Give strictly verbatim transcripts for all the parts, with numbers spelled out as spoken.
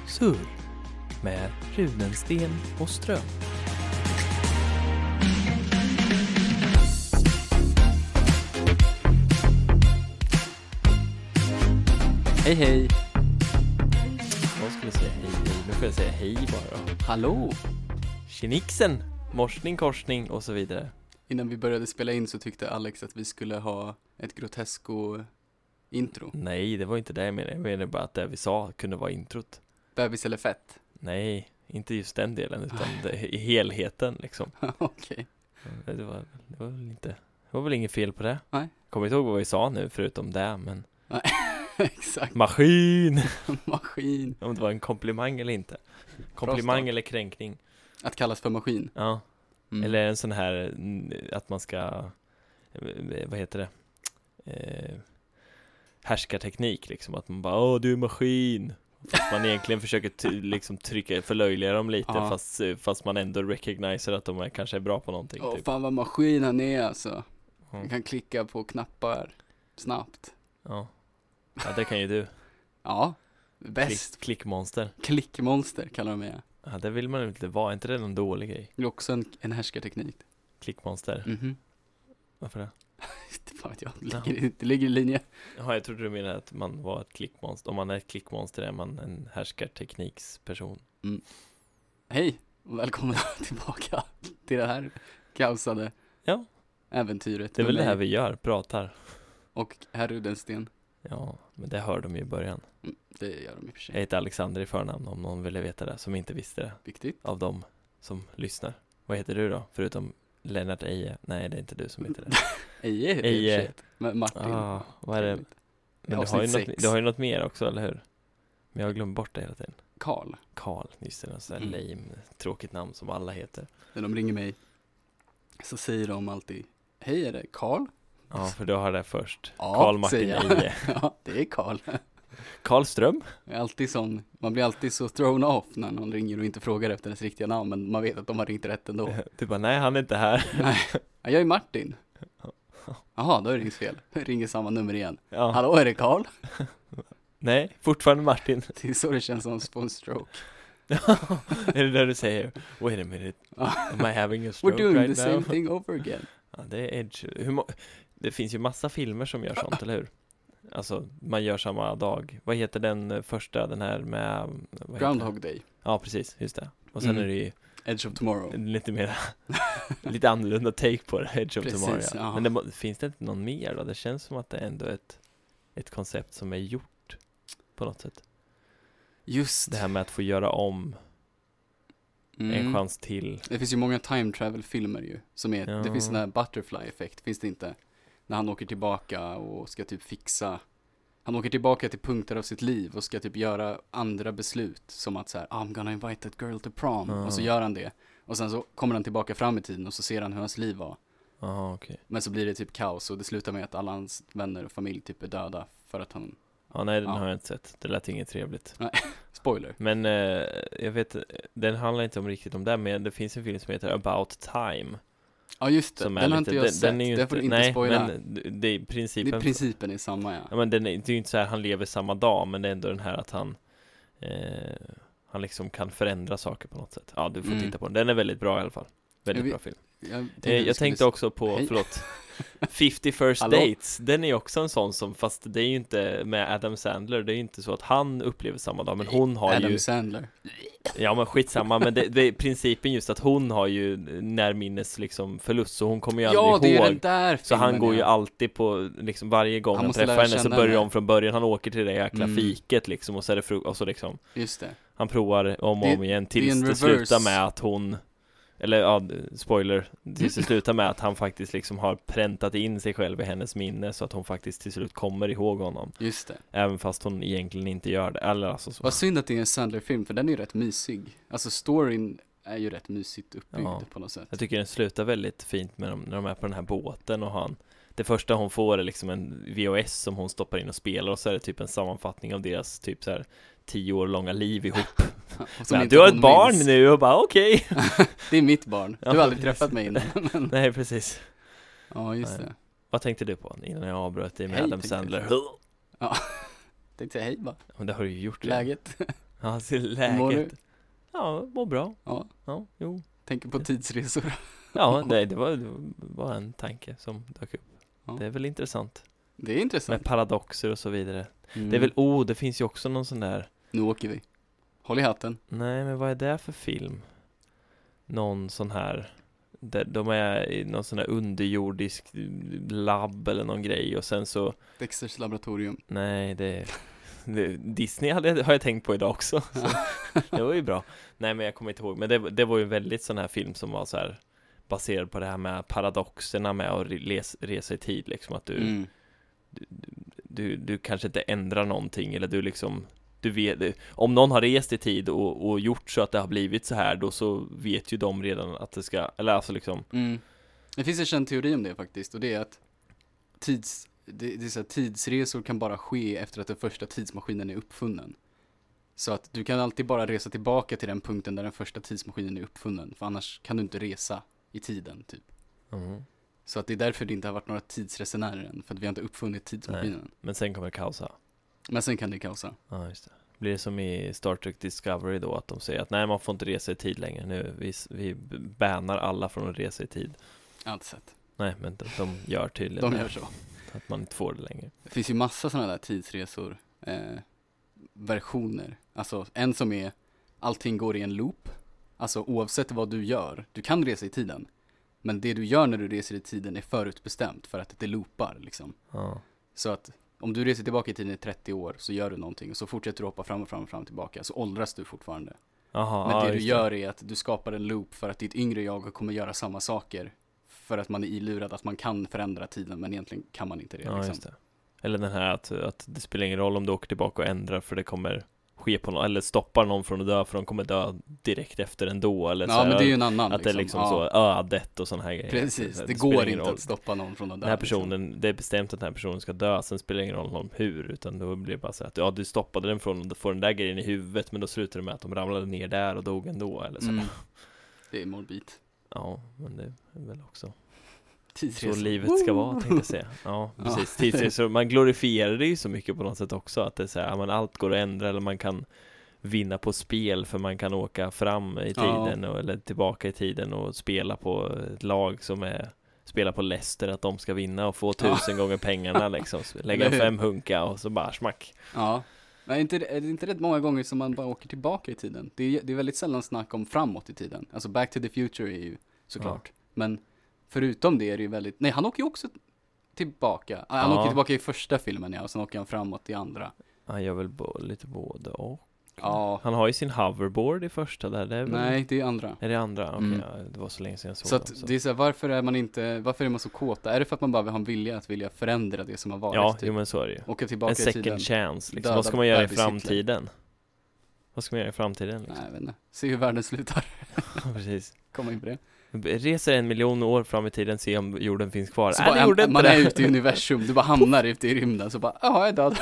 Surr med Rudensten och Ström. Hej hej. Jag skulle säga hej hej. Nu får jag säga hej bara då. Hallå. Tjenixen, morsning, korsning och så vidare. Innan vi började spela in så tyckte Alex att vi skulle ha ett grotesko-intro. Nej, det var inte det jag menade. Jag menade bara att det vi sa kunde vara introt. Bebis eller fett? Nej, inte just den delen utan det, i helheten liksom. Okej. Det var, det var väl inte, det var väl inget fel på det. Nej. Kommer inte ihåg vad vi sa nu förutom det, men Nej, exakt. maskin! Maskin. Om det var en komplimang eller inte. Komplimang eller kränkning. Att kallas för maskin. Ja. Mm. Eller en sån här mm, att man ska eh, vad heter det? Eh, härskarteknik liksom, att man bara åh du är maskin. Fast man egentligen försöker t- liksom trycka förlöjliga dem lite, Ja. fast, fast man ändå recogniser att de är, kanske är bra på någonting. Åh typ. fan vad maskin han är alltså. Mm. Man kan klicka på knappar snabbt. Ja. Ja, det kan ju du. Ja, bäst. Klick, klickmonster. Klickmonster kallar de mig. Ja, det vill man ju inte vara. Är inte det någon dålig grej? Det är också en, en härskarteknik. Klickmonster. Mhm. Varför det? Det fan vet jag. Det ligger, det ligger i linje. Ja, jag trodde du menade att man var ett klickmonster. Om man är ett klickmonster är man en härskartekniksperson. Mm. Hej och välkomna tillbaka till det här kaosade Ja. äventyret. Det är väl med det här mig vi gör, pratar. och herr Rudensten. Ja, men det hör de ju i början. Mm, det gör de i och för sig. Jag heter Alexander i förnamn om någon ville veta det, som inte visste det. Viktigt. Av dem som lyssnar. Vad heter du då? Förutom Lennart Eje. Nej, det är inte du som heter det. Eje heter Eje. det i och för sig. Men Martin. Ah, vad är det? Trevligt. Men du har, ju Avsnitt något, sex. du har ju något mer också, eller hur? Men jag har glömt bort det hela tiden. Karl. Karl, just det. Något sådär Mm. lame, tråkigt namn som alla heter. När de ringer mig så säger de alltid: hej, är det Karl? Ja, för du har det först. Ja, Karl Martin säger jag. Eje. Ja, det är Karl. Karl Ström? Jag är alltid sån, man blir alltid så thrown off när någon ringer och inte frågar efter ens riktiga namn, men man vet att de har ringt rätt ändå. Du bara, nej han är inte här. Nej, ja, jag är Martin. Jaha, då är det inget fel. Jag ringer samma nummer igen. Ja. Hallå, är det Karl? Nej, fortfarande Martin. Det är så det känns som på en stroke. Är det där du säger? Wait a minute, am I having a stroke We're doing right the same now? thing over again. Ja, det är edge. Hur må- det finns ju massa filmer som gör sånt, eller hur? Alltså, man gör samma dag. Vad heter den eh, första, den här med... vad heter Groundhog den? Day. Ja, precis, just det. Och sen Mm. är det ju Edge of Tomorrow. lite mer, lite annorlunda take på det, Edge of Precis, Tomorrow. Ja. ja. Men det, må- finns det inte någon mer då? Det känns som att det är ändå ett, ett koncept som är gjort på något sätt. Just. Det här med att få göra om Mm. en chans till. Det finns ju många time travel-filmer ju. Som är, Ja. det finns den här butterfly-effekt, finns det inte? När han åker tillbaka och ska typ fixa. Han åker tillbaka till punkter av sitt liv och ska typ göra andra beslut. Som att så här, I'm gonna invite that girl to prom. Ja. Och så gör han det. Och sen så kommer han tillbaka fram i tiden och så ser han hur hans liv var. Jaha, okej. Men så blir det typ kaos och det slutar med att alla hans vänner och familj typ är döda. För att han, Ja, nej, den Ja. har jag inte sett. Det lät inget trevligt. spoiler. Men eh, jag vet, den handlar inte om riktigt om det, men det finns en film som heter About Time. Ja just det, Som den är har lite, inte jag den, sett. den är ju det får du inte nej, spoila. men det, det är principen. Det, principen är samma, ja. Ja, men den är, det är ju inte så här han lever samma dag, men det är ändå den här att han eh, han liksom kan förändra saker på något sätt. Ja, du får Mm. titta på den. Den är väldigt bra i alla fall. Väldigt Jag vet- bra film. Jag, Eh, jag tänkte också på, Hej. förlåt, fifty First Hallå? Dates. Den är ju också en sån som, fast det är ju inte med Adam Sandler. Det är ju inte så att han upplever samma dag, men hon har Adam ju... Sandler. Ja, men skitsamma, men det, det är principen just att hon har ju närminnes liksom förlust, så hon kommer ju Ja, aldrig det är ihåg. den där Så han filmen, går ju ja. alltid på, liksom varje gång Han han, måste träffar lära henne så känna börjar henne. om från början. Han åker till det jäkla Mm. fiket liksom, och så är det fru- och så liksom Just det. han provar om och Det- om igen det är tills en det, reverse. slutar med att hon, eller ja, spoiler, tills det slutar med att han faktiskt liksom har präntat in sig själv i hennes minne, så att hon faktiskt till slut kommer ihåg honom, Just det. även fast hon egentligen inte gör det, eller alltså så. Vad synd att det är en Sandler-film, för den är ju rätt mysig. Alltså storyn är ju rätt mysigt uppbyggd Ja. på något sätt. Jag tycker den slutar väldigt fint med dem, när de är på den här båten och han, det första hon får är liksom en V H S som hon stoppar in och spelar, och så är det typ en sammanfattning av deras typ så här tio år långa liv ihop. Och som Men, inte du har hon ett barn minns. nu, och bara okej. Det är mitt barn. Du har Ja, aldrig precis. träffat mig innan. Men... Nej, precis. Ja, just Nej. det. Vad tänkte du på innan jag avbröt dig med Hej, Adam tänkte jag. Sandler? Ja. Tänkte säga hej bara. Men det har du ju gjort redan. Läget? Ja, så Mår du? läget. Ja, mår bra. Ja, Ja, jo. tänker på tidsresor. Ja, nej, det var, det var en tanke som dök upp. Ja. Det är väl intressant. Det är intressant. Med paradoxer och så vidare. Mm. Det är väl, oh, det finns ju också någon sån där. Nu åker vi. Håll i hatten. Nej, men vad är det för film? Någon sån här. Där de är i någon sån här underjordisk labb eller någon grej. Och sen så. Dexters laboratorium. Nej, det, det Disney hade, har jag tänkt på idag också. Så, det var ju bra. Nej, men jag kommer inte ihåg. Men det, det var ju väldigt sån här film som var så här baserad på det här med paradoxerna med att res, resa i tid. Liksom att du, Mm. du, du, du kanske inte ändrar någonting. Eller du liksom, du vet, om någon har rest i tid och, och gjort så att det har blivit så här, då så vet ju de redan att det ska, eller alltså liksom. Mm. Det finns en känd teori om det faktiskt, och det är att tids, det, det är så här, tidsresor kan bara ske efter att den första tidsmaskinen är uppfunnen. Så att du kan alltid bara resa tillbaka till den punkten där den första tidsmaskinen är uppfunnen, för annars kan du inte resa i tiden typ. Mm. Så att det är därför det inte har varit några tidsresenärer än, för att vi har inte uppfunnit tidsmaskinen. Nej, men sen kommer kaosa. Men sen kan det kaosa. Ja, just det. Blir det som i Star Trek Discovery då, att de säger att nej, man får inte resa i tid längre. Nu, vi, vi bannar alla från att resa i tid. Jag har inte sett. Nej, men de, de gör tydligen De det, gör så. att man inte får det längre. Det finns ju massa sådana där tidsresor, eh, versioner. Alltså en som är, allting går i en loop. Alltså oavsett vad du gör, du kan resa i tiden. Men det du gör när du reser i tiden är förutbestämt för att det loopar liksom. Ja. Så att om du reser tillbaka i tiden i trettio år så gör du någonting och så fortsätter du hoppa fram och fram och fram tillbaka, så åldras du fortfarande. Aha, Men ja, det du just gör är att du skapar en loop för att ditt yngre jag kommer göra samma saker. För att man är ilurad att man kan förändra tiden, men egentligen kan man inte det. Ja, liksom. just det. Eller den här att, att det spelar ingen roll om du åker tillbaka och ändrar, för det kommer ske på någon, eller stoppar någon från att dö, för de kommer dö direkt efter ändå. Eller Ja, så här, men det är ju en annan. att det är liksom ja. så ödet och sån här grejer. Precis, Så det, det går spelar ingen inte roll. att stoppa någon från att dö. Den här personen, det är bestämt att den här personen ska dö, sen spelar det ingen roll om hur, utan då blir det bara så att ja, du stoppade den från att få den där grejen i huvudet, men då slutar det med att de ramlade ner där och dog ändå, eller så. Mm. Det är morbid. Ja, men det är väl också Tidsresor. så livet ska vara, tänkte jag säga. Ja, precis. Tidsresor, man glorifierar det ju så mycket på något sätt också, att det är så här, ja, men allt går att ändra, eller man kan vinna på spel, för man kan åka fram i tiden, ja. och, eller tillbaka i tiden och spela på ett lag som är spela på Leicester, att de ska vinna och få tusen ja. gånger pengarna liksom, lägga fem hunka och så bara smack. Ja, men är inte, är det inte rätt många gånger som man bara åker tillbaka i tiden? Det är, det är väldigt sällan snack om framåt i tiden. Alltså Back to the Future är ju såklart. Ja. Men förutom det är det ju väldigt, nej, han åker ju också tillbaka. Han ja. åker tillbaka i första filmen, ja, och sen åker han framåt i andra. Han gör väl bo- lite både och. Ja. Han har ju sin hoverboard i första där. Det är väl... Nej, det är andra. Är det andra? Okej, Mm. ja, det var så länge sedan jag såg så dem. Att Så det är så här, varför är man inte, varför är man så kåta? Är det för att man bara vill ha en vilja att vilja förändra det som har varit? Ja, typ? jo, men så är det ju. Åka tillbaka en second i tiden. chance, liksom. Döda Vad ska man göra i bebis Hitler. framtiden? Vad ska man göra i framtiden? Liksom? Nej, jag vet inte. Se hur världen slutar. Ja, precis. Komma in på det. Reser en miljon år fram i tiden, se om jorden finns kvar. Så Nej, bara, det gjorde man inte är det. ute i universum, du bara hamnar ute i rymden, så bara, ja, jag är död.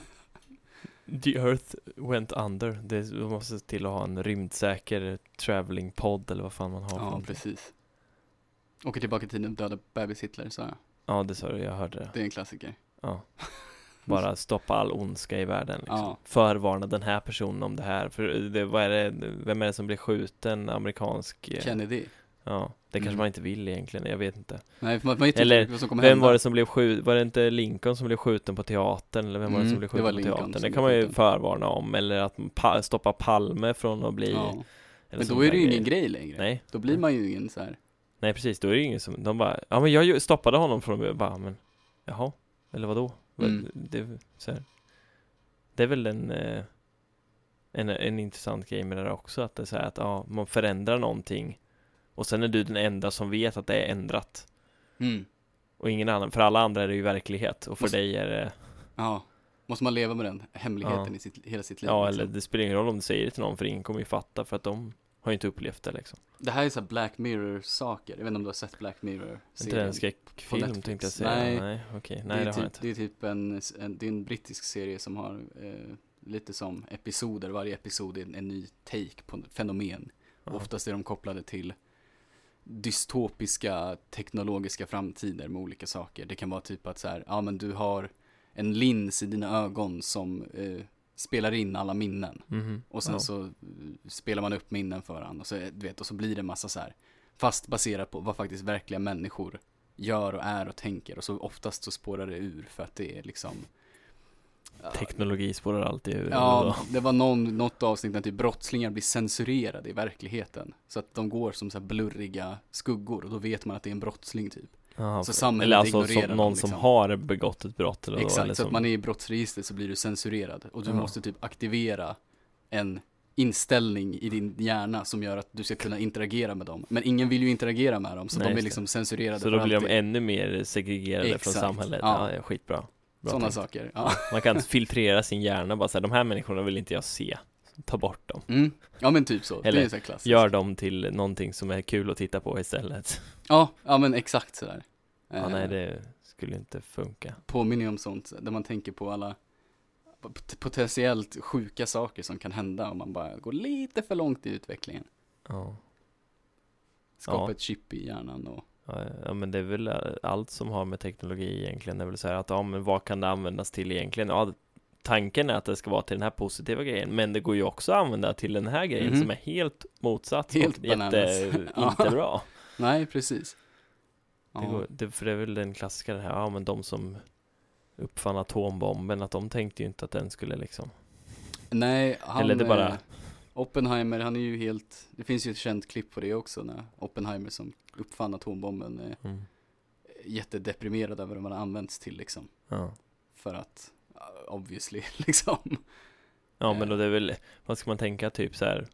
The Earth went under. Det måste till att ha en rymdsäker traveling pod, eller vad fan man har. Ja, precis. Åker tillbaka till tiden, döda bebis Hitler, så jag. Ja, det sa du, jag hörde det. Det är en klassiker. Ja. Bara stoppa all ondska i världen liksom. Ja. Förvarna den här personen om det här. För det, vad är det, vem är det som blir skjuten? Amerikansk Kennedy. Ja, det kanske Mm. man inte vill egentligen, jag vet inte. Nej, för man, man Eller vad som kommer vem hända. var det som blev skjuten? Var det inte Lincoln som blev skjuten på teatern? Eller vem var det som Mm, blev det var skjuten på Lincoln teatern? som Det blev kan man ju skjuten. förvarna om. Eller att pa- stoppa Palme från att bli... Ja. Men då sån är det ju där ingen grej längre. Nej. Då blir man ju ingen så här. Nej, precis, då är det ingen som... De bara, ja men jag ju- stoppade honom från att bara, men... Jaha, eller vadå? Mm. Det, så här. Det är väl en, eh, en, en intressant grej med det där också, att det är så här att ja, man förändrar någonting och sen är du den enda som vet att det är ändrat. Mm. Och ingen annan, för alla andra är det ju verklighet, och för Måste- dig är det, Ja. Måste man leva med den hemligheten Ja. i sitt, hela sitt liv. ja, liksom. eller det spelar ingen roll om du säger det till någon, för ingen kommer ju fatta, för att de har ju inte upplevt det liksom. Det här är så här Black Mirror-saker. Jag vet inte om du har sett Black Mirror. Inte det en skräckfilm, Netflix. tänkte jag säga. Nej. Nej, okej. Det Nej, är det, har jag typ, inte. det är typ en, en, det är en brittisk serie som har eh, lite som episoder. Varje episod är en, en ny take på ett fenomen. Ja. Oftast är de kopplade till dystopiska teknologiska framtider med olika saker. Det kan vara typ att så här, ja men du har en lins i dina ögon som eh, spelar in alla minnen. Mhm. Och sen Ja. så spelar man upp minnen för han och så, du vet, och så blir det massa så här, fast baserat på vad faktiskt verkliga människor gör och är och tänker. Och så oftast så spårar det ur för att det är liksom... Teknologi spårar alltid ur. Ja, det var någon, något avsnitt när typ brottslingar blir censurerade i verkligheten. Så att de går som så här blurriga skuggor och då vet man att det är en brottsling typ. Aha, Så för- samhället eller alltså ignorerar som, någon dem, liksom. som har begått ett brott eller Exakt, då, eller så att som, man är i brottsregistret så blir du censurerad. Och du Ja. måste typ aktivera en inställning i din hjärna som gör att du ska kunna interagera med dem. Men ingen vill ju interagera med dem, så Nej, de är just liksom censurerade så för då blir de alltid. ännu mer segregerade från Exakt, samhället. ja. Ja, ja, skitbra. Bra Sådana tänkt. saker, ja. Man kan filtrera sin hjärna bara så här, de här människorna vill inte jag se. Ta bort dem. Mm. Ja men typ så, det Eller är så här klassiskt. Gör dem till någonting som är kul att titta på istället. Ja, ja men exakt sådär. Ja, Eh, nej, det skulle inte funka. Påminner om sånt där man tänker på alla pot- potentiellt sjuka saker som kan hända om man bara går lite för långt i utvecklingen. Ja. Skapa Ja. ett chip i hjärnan och Ja, ja, men det är väl allt som har med teknologi egentligen. Det är väl så här att, ja, men vad kan det användas till egentligen? Ja, tanken är att det ska vara till den här positiva grejen, men det går ju också att använda till den här grejen Mhm. som är helt motsatt Helt och jätte, bananas. Ja. inte bra. nej, precis. Det Ja. går, det, för det är väl den klassiska det här, ja men de som uppfann atombomben, att de tänkte ju inte att den skulle liksom, Nej, han, eller det bara, eh, Oppenheimer, han är ju helt, det finns ju ett känt klipp på det också när Oppenheimer som uppfann atombomben är mm, jättedeprimerad över vad den har använts till liksom. ja. För att, uh, obviously, liksom. Ja, men då det är väl, vad ska man tänka, typ så här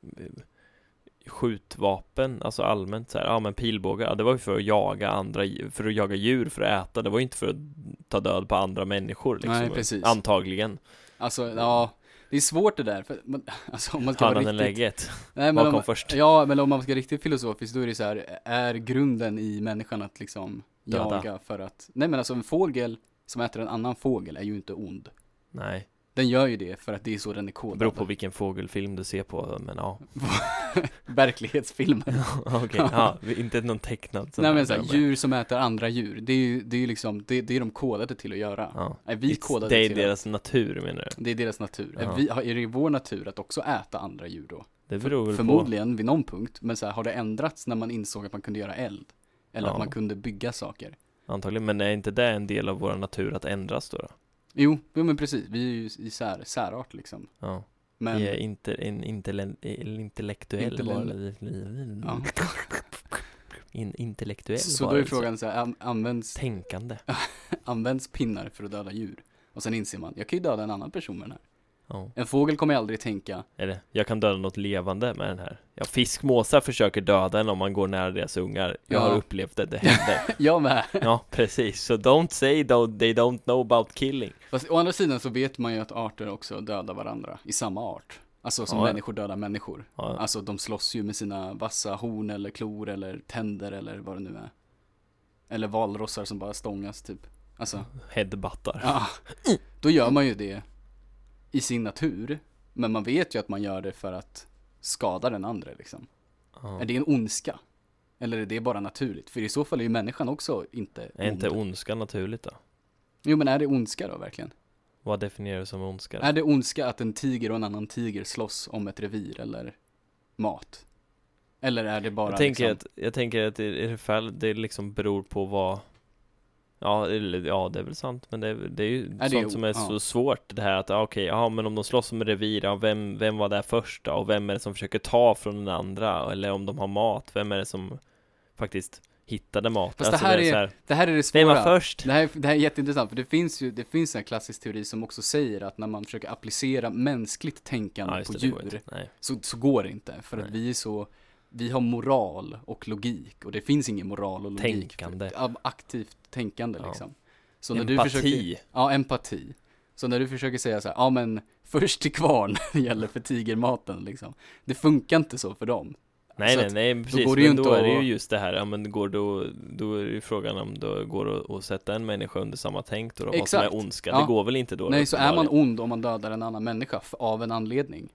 skjutvapen, alltså allmänt så här, ja men pilbågar, ja, det var ju för att jaga andra, för att jaga djur, för att äta, det var ju inte för att ta död på andra människor liksom, Nej, precis. antagligen. Alltså, ja, det är svårt det där. För, man, alltså, om man ska Hanan vara än riktigt... lägget. Nej, men Vad om, kom först? Ja, men om man ska vara riktigt filosofiskt, då är det så här, är grunden i människan att liksom Döda. jaga för att... Nej, men alltså en fågel som äter en annan fågel är ju inte ond. Nej, Den gör ju det för att det är så den är det kodad. beror på vilken fågelfilm du ser på, men ja. Verklighetsfilmer. Okej, ja, inte någon tecknad sån Nej, här men så här, dröm. djur som äter andra djur, det är ju det är ju liksom, det, det är de kodade till att göra. Ja. Är vi It's- kodade det är till deras natur, menar du? att, det är deras natur. Ja. Är, vi, är det i vår natur att också äta andra djur då? Det beror väl Förmodligen vid någon punkt, men så här, har det ändrats när man insåg att man kunde göra eld? Eller Ja. att man kunde bygga saker? på, antagligen, men är inte det en del av vår natur att ändras då? då? Jo, jo men precis, vi är ju i sär, särart liksom. Ja. Men, Vi är inte en intelle- intellektuell Intellen- varelse. ja. In, intellektuell Så då är varelse. frågan så här, an- används, Tänkande. används pinnar för att döda djur? Och sen inser man, jag kan ju döda en annan person med den här. Ja. En fågel kommer jag aldrig tänka, Eller, jag kan döda något levande med den här. Ja, fiskmåsar försöker döda en om man går nära deras ungar. Jag Ja. har upplevt det, det händer. jag med. Ja, precis. Så don't say though they don't know about killing. Fast å andra sidan så vet man ju att arter också dödar varandra i samma art. Alltså som Ja. människor dödar människor. Ja, Alltså de slåss ju med sina vassa horn eller klor eller tänder eller vad det nu är. Eller valrossar som bara stångas typ. Alltså, headbuttar. ja. Då gör man ju det i sin natur. Men man vet ju att man gör det för att skada den andra liksom. Ja. Är det en ondska? Eller är det bara naturligt? För i så fall är ju människan också inte Är inte ond. ondska naturligt då? Jo men är det ondska då verkligen? Vad definierar du som ondska? Är det ondska att en tiger och en annan tiger slåss om ett revir eller mat? Eller är det bara jag, tänker liksom... att, jag tänker att i i det fall det liksom beror på vad. Ja, eller, ja, det är väl sant, men det, är- det är ju det sånt ju- som är ja. så svårt det här att, ja, okej, ja, men om de slåss om revir, ja, vem, vem var där först då? Och vem är det som försöker ta från den andra? Eller om de har mat, vem är det som faktiskt hittade mat? Fast det här är är- så här, Det här är det vem var svåra. först? Det här, det här är jätteintressant, för det finns ju det finns en klassisk teori som också säger att när man försöker applicera mänskligt tänkande Ja, just på det, det går djur inte. Nej. så, så går det inte. För att Nej. vi är så, vi har moral och logik och det finns ingen moral och logik. Tänkande. För, av aktivt tänkande Ja. liksom. Så när du Empati. försöker, ja, empati. Så när du försöker säga så här, ja men först till kvarn gäller för tigermaten liksom. Det funkar inte så för dem. Nej, Så nej, att nej, precis, går det ju men inte då är det att- ju just det här, ja, men går då, då är det ju frågan om det går att, att sätta en människa under samma tänk då, då vad som Exakt. är ondska, Ja. det går väl inte då? Nej, då, så är man uppenbarligen. ond om man dödar en annan människa f- av en anledning.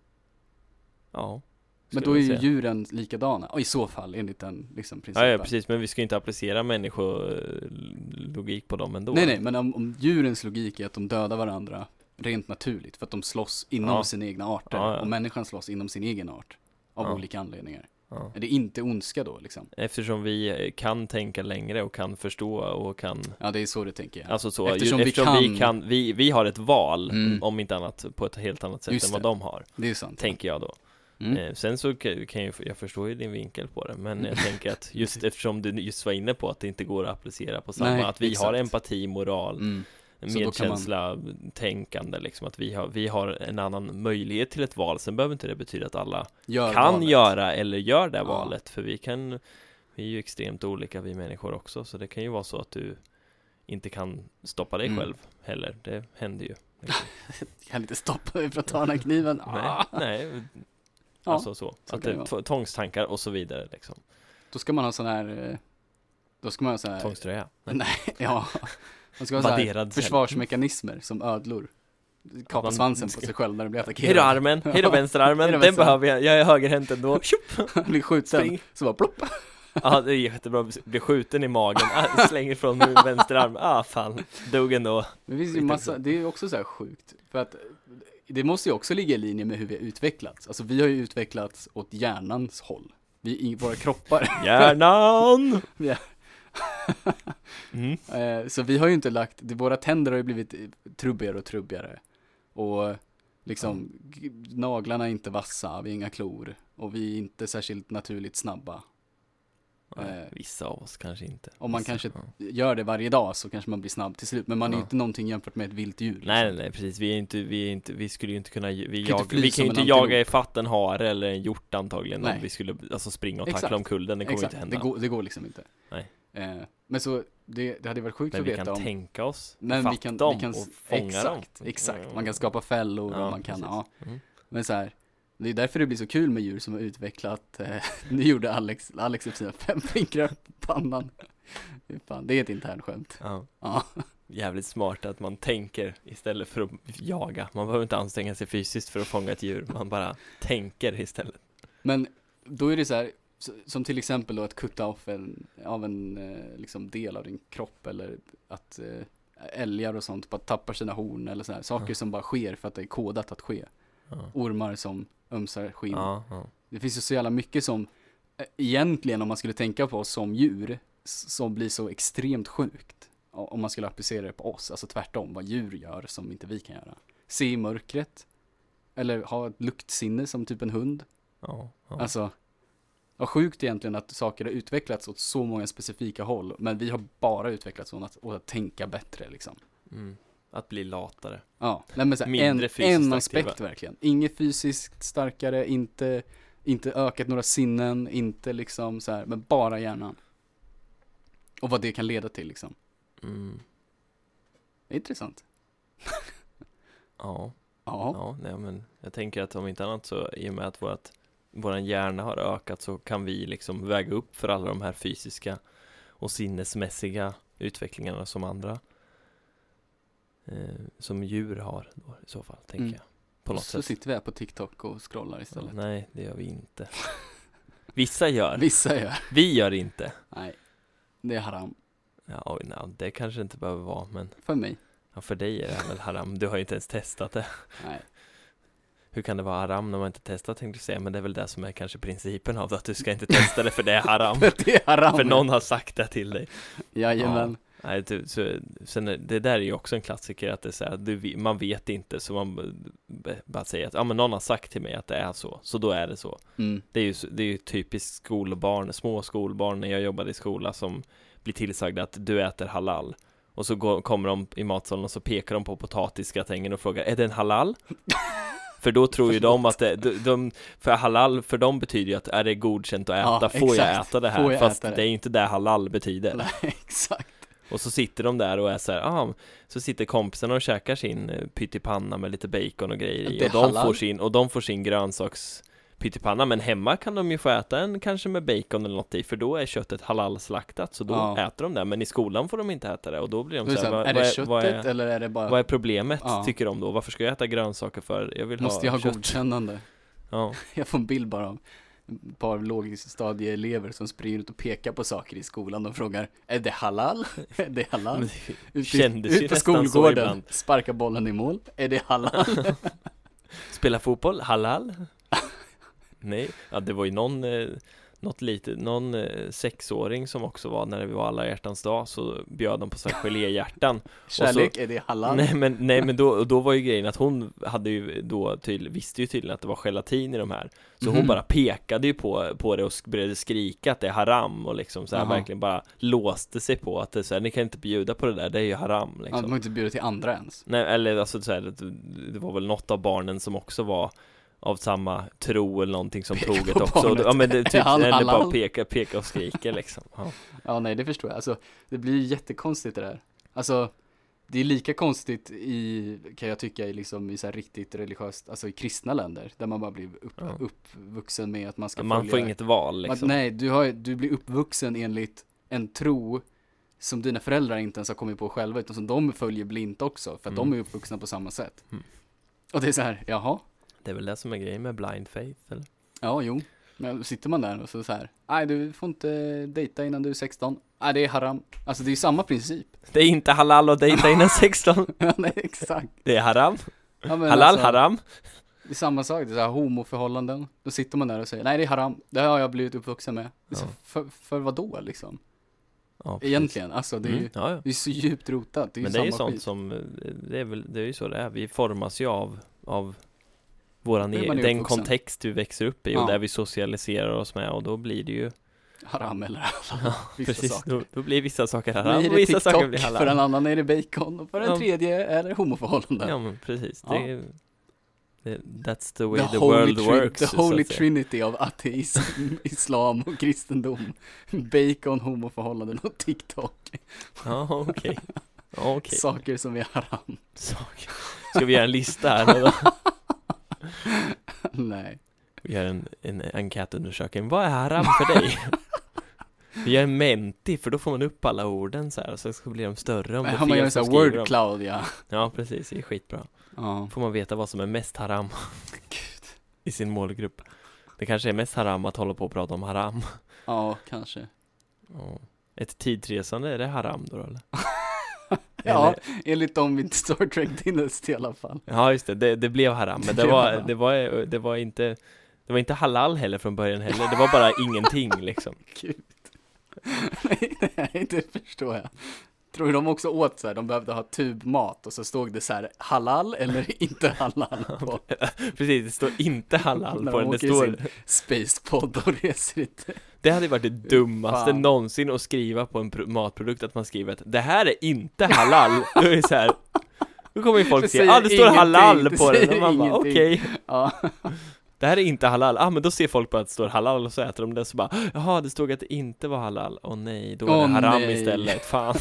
Ja. Men skulle då är jag ju säga. djuren likadana, och i så fall enligt den liksom, principen. Ja, ja, precis, men vi ska inte applicera människologik på dem ändå. Nej, nej, men om, om djurens logik är att de dödar varandra rent naturligt. För att de slåss inom Ja. sina egna arter. Ja, ja. Och människan slåss inom sin egen art. Av Ja. olika anledningar. Ja. Är det inte ondska då liksom? Eftersom vi kan tänka längre och kan förstå och kan, Ja, det är så det tänker jag. alltså så, Eftersom ju, vi eftersom vi kan- kan, vi, vi har ett val, Mm. om inte annat, på ett helt annat sätt Just än vad det. de har, Det är ju sant. tänker jag då. Mm. Eh, sen så kan, kan jag, jag förstår ju din vinkel på det, men jag tänker att just eftersom du just var inne på att det inte går att applicera på samma, Nej, att vi exakt. har empati, moral, Mm. Så då kan medkänsla, tänkande liksom, att vi har, vi har en annan möjlighet till ett val. Sen behöver inte det betyda att alla Gör kan valet. göra eller gör det Ja. valet, för vi kan, vi är ju extremt olika vi människor också, så det kan ju vara så att du inte kan stoppa dig Mm. själv heller, det händer ju. Jag kan inte stoppa mig från att ta den här kniven. Nej, Ah. nej, Ja, alltså så, så att kan det, det t- tvångstankar och så vidare liksom. Då ska man ha sån här... eh, Då ska man ha sån här... Tvångströja. Nej, ja. Man ska ha så här Vadderad cell. försvarsmekanismer som ödlor. Kapa man svansen ska- på sig själv när det blir Hej då attackerad. armen, hej då vänsterarmen, Hej då den vänsterarmen. behöver jag, jag är högerhänt ändå. Tjup! blir skjuten. Spring. Så bara plopp. Ja, det är jättebra, blir skjuten i magen, ah, slänger från vänster arm, ah fan, dog ändå. Det finns ju Lite massa, så. det är ju också så här sjukt. För att det måste ju också ligga i linje med hur vi har utvecklats. Alltså vi har ju utvecklats åt hjärnans håll. Vi i våra kroppar. Hjärnan! Ja. Mm. Eh, Så vi har ju inte lagt, det, våra tänder har ju blivit trubbigare och trubbigare. Och liksom g- naglarna är inte vassa, vi har inga klor. Och vi är inte särskilt naturligt snabba. Nej, Eh, vissa av oss kanske inte. Om man Vissa, kanske ja. gör det varje dag så kanske man blir snabb till slut. Men man är ju Ja. inte någonting jämfört med ett vilt djur. Nej, nej, liksom. nej, precis. Vi är inte, vi är inte, vi skulle ju inte kunna, vi, inte jag, fly vi kan som ju en inte antilop. jaga i fatt en hare eller en hjort antagligen Nej. om vi skulle, alltså springa och tackla Exakt. omkull den, det kommer Exakt, inte hända. det går, det går liksom inte. Nej. Eh, men så, det, det hade varit sjukt Men att vi veta kan om... tänka oss, Men fatt vi kan, dem vi kan och s- fånga exakt, dem. exakt. Man kan skapa fällor Ja, och man kan, precis. ja. Mm. Men så här, det är därför det blir så kul med djur som har utvecklat, eh, nu gjorde Alex, Alex upp sina fem fingrar på pannan. Fy fan, det är ett internt skämt. Ja. Ja, Jävligt smart att man tänker istället för att jaga. Man behöver inte anstränga sig fysiskt för att fånga ett djur, man bara tänker istället. men då är det så här, s- som till exempel då att kutta av en, av en eh, liksom del av din kropp eller att eh, älgar och sånt bara tappar sina horn eller så här, saker Ja. som bara sker för att det är kodat att ske. Ja. Ormar som ömsar skinn. Ja, ja. Det finns ju så jävla mycket som eh, egentligen om man skulle tänka på oss som djur s- som blir så extremt sjukt o- om man skulle applicera det på oss, alltså tvärtom vad djur gör som inte vi kan göra. Se i mörkret eller ha ett luktsinne som typ en hund. Ja, ja. Alltså vad sjukt egentligen att saker har utvecklats åt så många specifika håll, men vi har bara utvecklats åt att, åt att tänka bättre liksom. Mm. Att bli latare. Ja, nej men så här, Mindre en, fysiskt en aspekt aktiva. verkligen. Inget fysiskt starkare, inte, inte ökat några sinnen, inte liksom så här, men bara hjärnan. Och vad det kan leda till liksom. Mm. Det är intressant. Ja, Ja, ja, nej men jag tänker att om inte annat så i och med att vårat, våran hjärna har ökat så kan vi liksom väga upp för alla de här fysiska och sinnesmässiga utvecklingarna som andra eh, som djur har då, i så fall, tänker Mm. jag. På något så sätt. sitter vi här på TikTok och scrollar Ja, istället. nej, det gör vi inte. Vissa gör, Vissa gör. vi gör inte. Nej, det är haram. Ja, oj, nej, det kanske inte behöver vara, men För mig. ja, för dig är det väl haram. Du har ju inte ens testat det. Nej. Hur kan det vara haram när man inte testat, tänkte jag säga, men det är väl det som är kanske principen av det, att du ska inte testa det för det är haram. det är haram. För någon har sagt det till dig. Jajamän. Nej, du, så, sen är, det där är ju också en klassiker, att det är så här, du, man vet inte, så man b- bara säger att ja, men någon har sagt till mig att det är så, så då är det så. Mm. Det är ju, så- det är ju typiskt skolbarn, små skolbarn när jag jobbade i skola som blir tillsagda att du äter halal. Och så går, kommer de i matsalen och så pekar de på potatisgratängen och frågar, är den halal? För då tror ju de att det, de, de, för halal för dem betyder ju att är det godkänt att äta, Ja, får jag exakt. äta det här? Får jag Fast äta det? det är ju inte det halal betyder. Nej, exakt. Och så sitter de där och är så här, ah, så sitter kompisarna och käkar sin eh, pyttipanna med lite bacon och grejer i. Det är Och de, halal. får sin, och de får sin grönsaks pyttipanna, men hemma kan de ju få äta en kanske med bacon eller något i, för då är köttet halal-slaktat, så då Ja. äter de det, men i skolan får de inte äta det, och då blir de Då är, så det här, så här, vad, är vad det är, köttet vad, är, eller är det bara... vad är problemet, Ja. tycker de då? Varför ska jag äta grönsaker för? Jag vill Måste jag ha ha kött. godkännande? Ja, Jag får en bild bara av ett par lågstadieelever som springer ut och pekar på saker i skolan och frågar, är det halal? Är det halal? Det kändes ju ut på nästan så skolgården, ibland. sparka bollen i mål, är det halal? Spela fotboll, halal? Nej, ja, det var ju någon eh, något lite, någon eh, sexåring som också var, när vi var alla hjärtans dag, så bjöd de på så här geléhjärtan. Kärlek, så, är det halal? Nej men, nej, men då, då var ju grejen att hon hade ju då tydlig, visste ju tydligen att det var gelatin i de här. Så Mhm. hon bara pekade ju på, på det och sk- började skrika att det är haram och liksom så här Jaha. verkligen bara låste sig på att det är så här, ni kan inte bjuda på det där, det är ju haram Ja, liksom. de har inte bjudit till andra ens. Nej, eller alltså så här, det, det var väl något av barnen som också var av samma tro eller någonting som Peka tog på det också. barnet. Ja men det Är typ, han eller bara halal? peka, peka och skrika liksom. Ja. Ja, nej, det förstår jag. Alltså, det blir ju jättekonstigt det där. Alltså, det är lika konstigt i, kan jag tycka, i, liksom, i så här riktigt religiöst, alltså i kristna länder, där man bara blir upp, Ja. uppvuxen med att man ska Man följa... får inget val liksom. Att, nej, du, har, du blir uppvuxen enligt en tro som dina föräldrar inte ens har kommit på själva, utan som de följer blint också, för att Mm. de är uppvuxna på samma sätt. Mm. Och det är så här, jaha, Det är väl det som är grejen med blind faith eller? ja, jo. Men sitter man där och så, så här, nej, du får inte dejta innan du är sexton. Nej, det är haram. Alltså, det är ju samma princip. Det är inte halal att dejta innan sexton. Ja, nej, exakt. Det är haram. Ja, men Halal, alltså, haram. Det är samma sak, det är så här homoförhållanden. Då sitter man där och säger, nej, det är haram. Det har jag blivit uppvuxen med. Det är så, Ja. för, för vad då liksom? Ja, precis. Egentligen, alltså det är ju Mm, ja, ja. det är så djupt rotat. Det är Men ju det är ju samma sånt skit. som, det är väl, det är ju så det är. Vi formas ju av, av våran Hur man egen, är den uppvuxen. kontext vi växer upp i Ja. och där vi socialiserar oss med, och då blir det ju Haram eller halal. ja, Vissa precis, saker. då, då blir vissa saker Då haram blir och det vissa saker TikTok, blir halal. för en annan är det bacon och för en Ja. tredje är det homoförhållanden. Ja men precis, Ja. det är, det, that's the way The the, holy, world tri- works. the så holy att säga. trinity av ateism, islam och kristendom. Bacon, homoförhållanden och TikTok. Ja okej, ja, okej. Saker som är haram. Saker. Ska vi göra en lista här nu då? Nej. Vi gör en, en enkätundersökning. Vad är haram för dig? Vi gör en menti, för då får man upp alla orden så här, så ska blir de större om det är Har man gör fel en sån som här skriver word dem. cloud, ja. Ja precis, det är skitbra. Ja. Får man veta vad som är mest haram Gud. i sin målgrupp. Det kanske är mest haram att hålla på och prata om haram. Ja, kanske. Ja. Ett tidsresande, är det haram då eller? Ja, enligt dem i Star Trek Dynasty i alla fall. Ja just det, det, det blev haram. Men det Det var, var- det var, det var inte Det var inte halal heller från början heller. Det var bara ingenting liksom. Gud. Nej, nej, det förstår jag. Tror du de också åt så här, de behövde ha tubmat och så stod det så här halal eller inte halal på Precis, det står inte halal När på de den. Det åker i står sin Spacepod och reser inte. Det hade varit det dummaste Fan. någonsin att skriva på en pro- matprodukt, att man skriver att det här är inte halal. Då är det så här. Då kommer ju folk Det se, säger ah det står ingenting, halal det på den. säger Och man bara ingenting. okej, Ja, det här är inte halal. Ah men då ser folk bara att det står halal och så äter de det, så bara jaha, det stod att det inte var halal. Åh nej, då är Åh, det haram nej. istället. Fan.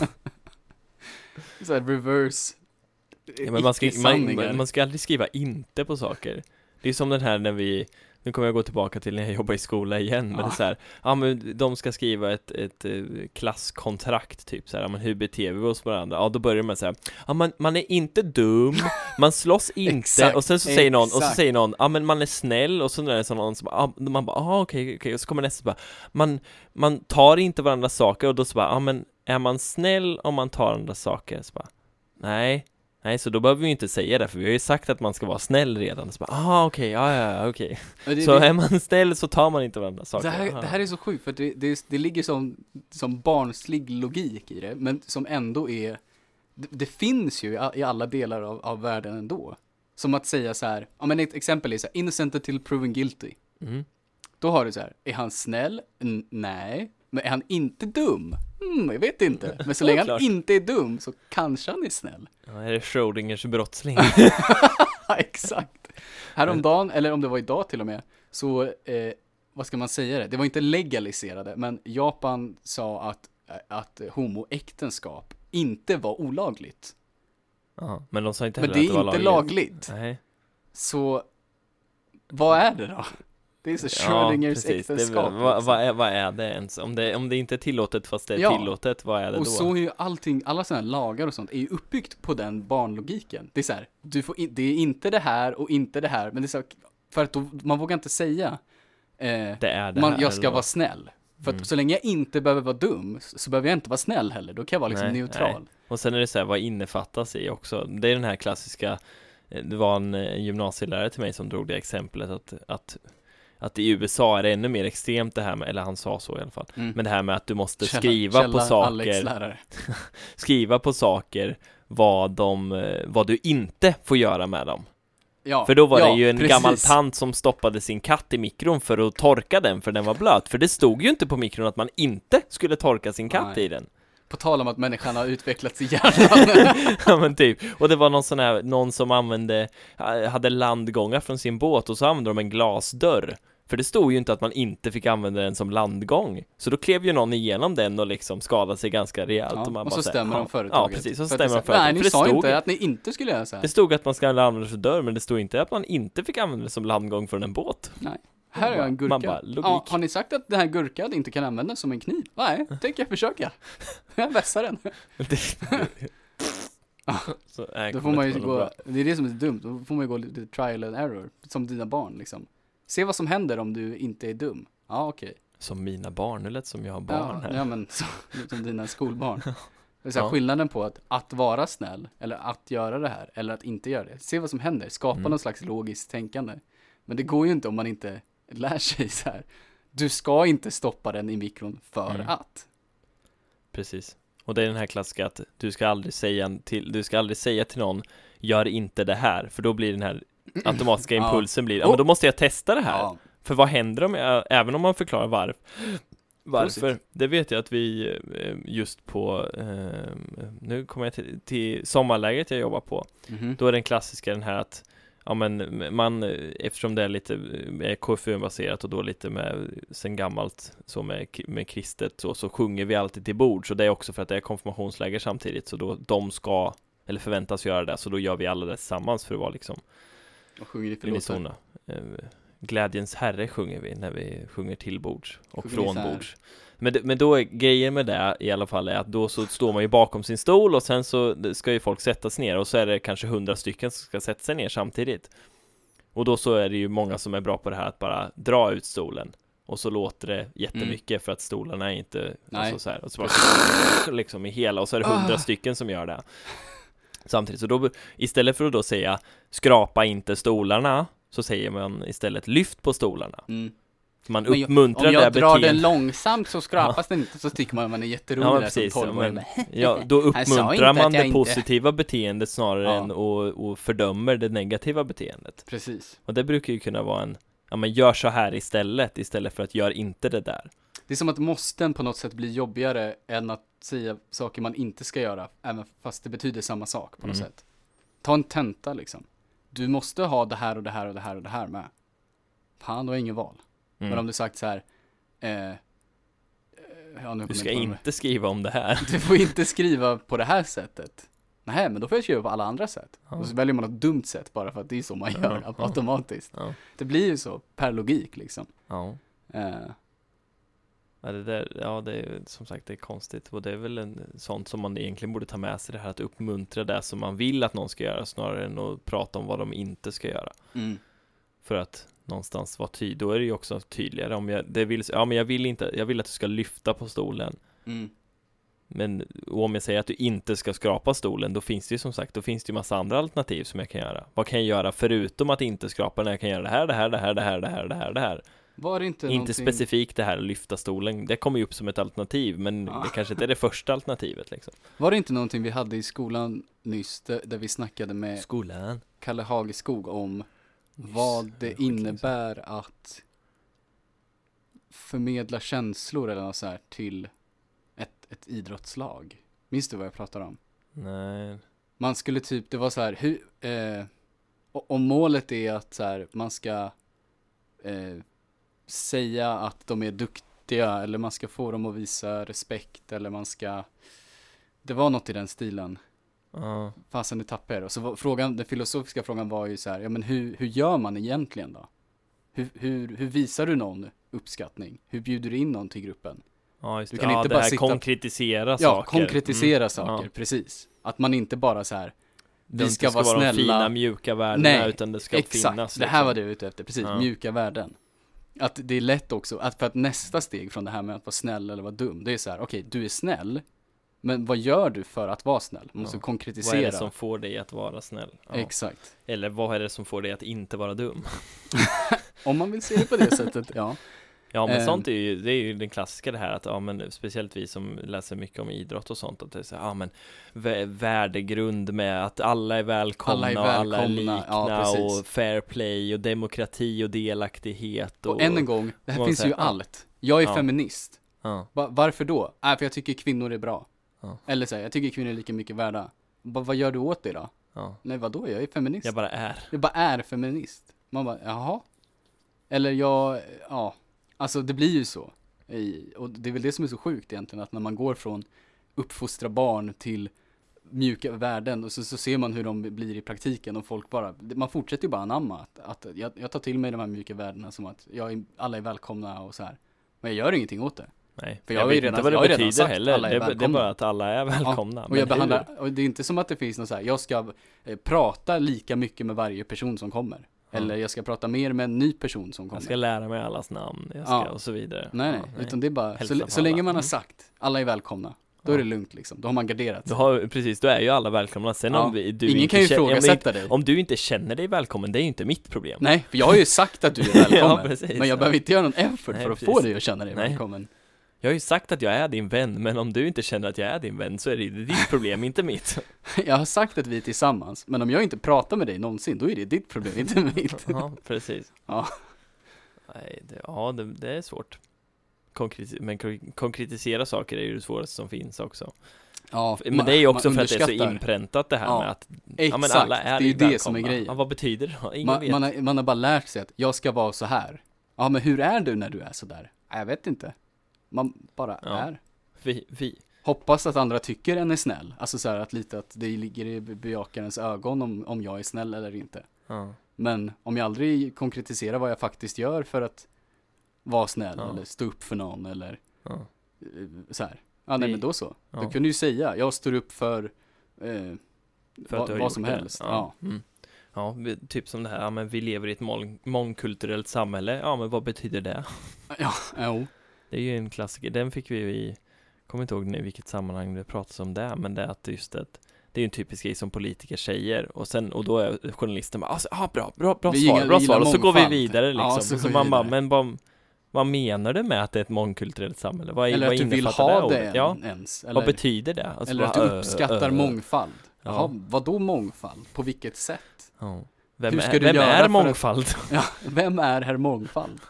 så här reverse. Ja, men man ska, man, icke-sanningar. man, man ska aldrig skriva inte på saker. Det är som den här när vi, nu kommer jag gå tillbaka till när jag jobbar i skola igen, men Ja. det är så här, ja men de ska skriva ett, ett eh, klasskontrakt typ så här, ja men hur beter vi oss med varandra? Ja då börjar man säga, ja man, man är inte dum, man slåss inte, Exakt, och sen så säger någon, och så exakt. säger någon, ja men man är snäll, och så är det så någon som bara, ja, man bara, ja okej okej, och så kommer nästa bara, man, man tar inte varandras saker, och då så bara, ja men är man snäll om man tar andras saker? Så bara, nej. Nej, så då behöver vi ju inte säga det, för vi har ju sagt att man ska vara snäll redan. Så bara, ah okej, ja ja okej. Men det, Så det, är man snäll så tar man inte varandra saker. det, här, Aha. det här är så sjukt, för det, det, det ligger som, som barnslig logik i det, men som ändå är, det, det finns ju i a- i alla delar av, av världen ändå. Som att säga så här, ja men ett exempel är så här, innocent until proven guilty. Mm. Då har du så här, är han snäll? N- nej. Men är han inte dum? Mm, jag vet inte. Men så länge han Oklart. inte är dum så kanske han är snäll. Ja, är det Schrödingers brottsling? Ja, exakt. Häromdagen, eller om det var idag till och med, så, eh, vad ska man säga det? Det var inte legaliserade, men Japan sa att, att homoäktenskap inte var olagligt. Ja, men de sa inte Men heller det att det är var inte lagligt. Nej. Så, vad är det då? Det är så Schrödingers precis. Det är äktenskap. väl- vad, liksom. vad, är, vad är det ens? Om det, om det inte är tillåtet fast det är Ja. tillåtet, vad är det Och då? så är ju allting, alla sådana här lagar och sånt är ju uppbyggt på den barnlogiken. Det är så här, du får in, det är inte det här och inte det här, men det är så här, för att då, man vågar inte säga eh, det är det man, här, jag ska eller vara vad? snäll. För att Mm. så länge jag inte behöver vara dum så, så behöver jag inte vara snäll heller. Då kan jag vara liksom Nej, neutral. nej. Och sen är det så här, vad innefattas i också? Det är den här klassiska, det var en eh, gymnasielärare till mig som drog det exemplet att, att, att i U S A är det ännu mer extremt det här med, eller han sa så i alla fall, Mm. men det här med att du måste Källa- skriva källa på saker, Alex lärare. skriva på saker vad, de, eh, vad du inte får göra med dem. Ja, För då var ja, det ju en precis. gammal tant som stoppade sin katt i mikron för att torka den för den var blöt. För det stod ju inte på mikron att man inte skulle torka sin katt Nej. i den. På tal om att människan har utvecklats i hjärnan. Ja men typ. Och det var någon sån här, någon som använde, hade landgångar från sin båt och så använde de en glasdörr. För det stod ju inte att man inte fick använda den som landgång. Så då klev ju någon igenom den och liksom skadade sig ganska rejält. Ja, och man och bara så så här, stämmer de ja, företaget. Ja, precis. Så För att stämmer de det- företaget. Nej, För ni det sa stod, inte att ni inte skulle göra så här. det stod att man ska använda det för dörr, men det stod inte att man inte fick använda det som landgång från en båt. Nej. Här är en gurka. Man bara, logik. Ja, har ni sagt att den här gurkan inte kan användas som en kniv? Nej, tänker jag försöka. Jag vässar den. Så, nej, Då kommer får man inte ju vara gå, bra. det är det som är så dumt, då får man ju gå lite trial and error, som dina barn liksom. Se vad som händer om du inte är dum. Ja, okej. Som mina barn, nu lät som jag har barn Ja, här. ja, men så, som dina skolbarn. Det är så här, Ja. skillnaden på att, att vara snäll, eller att göra det här, eller att inte göra det. Se vad som händer, skapa Mm. någon slags logiskt tänkande. Men det går ju inte om man inte lär sig så här. Du ska inte stoppa den i mikron för Mm. att. Precis. Och det är den här klassiska att du ska aldrig säga till, du ska aldrig säga till någon, gör inte det här, för då blir den här automatiska Ja. impulsen blir, ja men då måste jag testa det här. Ja, För vad händer om jag, även om man förklarar varför, varför, Positivt. det vet jag att vi eh, just på, eh, nu kommer jag till, till sommarlägret jag jobbar på, mhm. då är den klassiska den här att ja men man, eftersom det är lite är K F U-baserat och då lite med sen gammalt så med, med kristet så, så sjunger vi alltid till bord, så det är också för att det är konfirmationsläger samtidigt, så då de ska eller förväntas göra det, så då gör vi alla det tillsammans för att vara liksom Och sjunger i förlåt. unisona. Eh, Glädjens herre sjunger vi när vi sjunger till bords och Sjunger ni från så här? bords. Men, det- men då är grejen med det i alla fall är att då så står man ju bakom sin stol och sen så ska ju folk sätta sig ner och så är det kanske hundra stycken som ska sätta sig ner samtidigt. Och då så är det ju många som är bra på det här att bara dra ut stolen. Och så låter det jättemycket för att stolarna är inte Nej. alltså så här, och så bara liksom i hela och så är det hundra Ah. stycken som gör det. Samtidigt så då istället för att då säga skrapa inte stolarna så säger man istället lyft på stolarna. Mm. Man Men jag- uppmuntrar Om jag det drar beteendet. den långsamt så skrapas den inte, så tycker man att man är jätterolig Ja, men där precis, som ja, tolvåring. men- Ja, då Han sa inte uppmuntrar att man jag det inte- positiva beteendet snarare Ja. än och, och fördömer det negativa beteendet. Precis. Och det brukar ju kunna vara en, ja men gör så här istället, istället för att gör inte det där. Det är som att måsten på något sätt blir jobbigare än att säga saker man inte ska göra, även fast det betyder samma sak på något Mm. sätt. Ta en tenta liksom. Du måste ha det här och det här och det här och det här med. Fan, du har ingen val. Mm. Men om du sagt så här, eh, eh, ja, nu Du kommer ska jag inte på inte skriva om det här. det. Du får inte skriva på det här sättet. Nej, men då får jag skriva på alla andra sätt. Ja. Och så väljer man ett dumt sätt bara för att det är så man gör Ja. automatiskt. Ja. Det blir ju så, per logik liksom. Ja. Eh, Ja, det där, ja, det är som sagt det är konstigt och det är väl en, sånt som man egentligen borde ta med sig, det här att uppmuntra det som man vill att någon ska göra snarare än att prata om vad de inte ska göra. mm. För att någonstans vara tydlig, då är det ju också tydligare om jag, det vill, ja men jag vill inte, jag vill att du ska lyfta på stolen. Mm. Men och om jag säger att du inte ska skrapa stolen, då finns det ju som sagt, då finns det ju massa andra alternativ som jag kan göra. Vad kan jag göra förutom att inte skrapa när jag kan göra det här, det här, det här, det här, det här, det här, det här. Var det inte Inte någonting... specifikt det här att lyfta stolen, det kommer ju upp som ett alternativ, men Ah. det kanske inte är det första alternativet liksom. Var det inte någonting vi hade i skolan nyss, där, där vi snackade med Skolan. Kalle Hageskog om vad det innebär att förmedla känslor eller något så här till ett, ett idrottslag? Minns du vad jag pratar om? Nej. Man skulle typ, det var så här, hur, eh, o- om målet är att så här, man ska eh, säga att de är duktiga, eller man ska få dem att visa respekt, eller man ska, det var något i den stilen. Ja. Fasen, det tappar jag. Och så var frågan, den filosofiska frågan var ju så här, ja men hur, hur gör man egentligen då? Hur, hur, hur visar du någon uppskattning? Hur bjuder du in någon till gruppen? Ja, just Du det. kan Ja, inte det bara här sitta- konkretisera Ja, saker. konkretisera Mm. saker, Ja. precis. Att man inte bara så här, Det vi ska, inte vara de snälla. fina mjuka värdena, Nej, utan det ska exakt, finnas. det här liksom. var det jag var ute efter, precis, Ja. mjuka värden. att det är lätt också, att för att nästa steg från det här med att vara snäll eller vara dum, det är så här, okej, okay, du är snäll, men vad gör du för att vara snäll? Man måste ja. konkretisera. Vad är det som får dig att vara snäll? Ja. Exakt. Eller vad är det som får dig att inte vara dum? Om man vill se det på det sättet, ja. Ja, men um, sånt är ju, det är ju den klassiska det här att, ja men speciellt vi som läser mycket om idrott och sånt, att det är så, ja men vä- värdegrund med att alla är välkomna, alla är, välkomna, och alla är likna, ja, och fair play och demokrati och delaktighet. Och, och än en gång, det här finns säger, ju ja. allt. Jag är ja. feminist. Ja. Va- varför då? Äh, för jag tycker kvinnor är bra. Ja. Eller så här, jag tycker kvinnor är lika mycket värda. Va- vad gör du åt det då? Ja. Nej, vadå? Jag är feminist. Jag bara är. Jag bara är feminist. Man bara, jaha. Eller jag, ja. Alltså det blir ju så. I, och det är väl det som är så sjukt egentligen, att när man går från uppfostra barn till mjuka värden, och så, så ser man hur de blir i praktiken, och folk bara, man fortsätter ju bara anamma att, att jag, jag tar till mig de här mjuka värdena som att jag är, alla är välkomna och så här. Men jag gör ingenting åt det. Nej, för jag, jag vet redan, inte vad det jag betyder sagt, heller. Alla är det, det är bara att alla är välkomna. Ja, och, jag behandlar, och det är inte som att det finns något så här, jag ska eh, prata lika mycket med varje person som kommer. Ja. Eller jag ska prata mer med en ny person som kommer. Jag ska lära mig allas namn, jag ska, ja. och så vidare. Nej, nej, ja, utan det är bara, så, så länge man har sagt, alla är välkomna, då ja. är det lugnt liksom. Då har man garderat sig. Du har, precis, då är ju alla välkomna. Sen ja. om vi, du Ingen inte kan ju känner, ifrågasätta om, dig. Om du inte känner dig välkommen, det är ju inte mitt problem. Nej, för jag har ju sagt att du är välkommen. Ja, precis, men jag ja. behöver inte göra någon effort nej, för att precis. få dig att känna dig nej. välkommen. Jag har ju sagt att jag är din vän, men om du inte känner att jag är din vän så är det ditt problem, inte mitt. Jag har sagt att vi är tillsammans, men om jag inte pratar med dig någonsin, då är det ditt problem, inte mitt. Ja, precis. Ja, Nej, det, ja det, det är svårt. Konkret, men konkretisera saker är ju det svåraste som finns också. Ja, men det är ju också för att det är så underskattar. inpräntat det här Ja, med att exakt, ja, men alla är det är ju välkomna. det som är grejen. Ja, vad betyder det då? Ingen man, vet. Man har, man har bara lärt sig att jag ska vara så här. Ja, men hur är du när du är så där? Jag vet inte. Man bara ja. är. Vi, vi. Hoppas att andra tycker en är snäll. Alltså så här att lite att det ligger i bejakarens ögon om, om jag är snäll eller inte. Ja. Men om jag aldrig konkretiserar vad jag faktiskt gör för att vara snäll ja. eller stå upp för någon eller ja. så här. Ja, nej, vi, men då så. ja. Då kunde du säga, jag står upp för, eh, för va, vad som det. helst. Ja. Ja. Mm. Ja, vi, typ som det här, ja, men vi lever i ett mång, mångkulturellt samhälle. Ja, men vad betyder det? Ja, jo. Det är ju en klassiker. Den fick vi i, kommer inte ihåg i vilket sammanhang det pratas om det, men det är att just att det är ju en typisk grej som politiker säger, och sen, och då är journalisten bara, alltså, ah, bra, bra, bra vi svar, gillar, bra svar, och så mångfald. går vi vidare liksom. Ja, så, så så vi man bara, vidare. men vad, vad menar du med att det är ett mångkulturellt samhälle? Vad, eller vad att du vill innefattar ha det det ordet? Ja. ens. Eller, Vad betyder det? Alltså, eller att bara, du uppskattar ö, ö, mångfald. Ja. Jaha, vad då mångfald? På vilket sätt? Ja. Vem Hur ska är, du vem göra är för mångfald? Att, ja, vem är herr mångfald?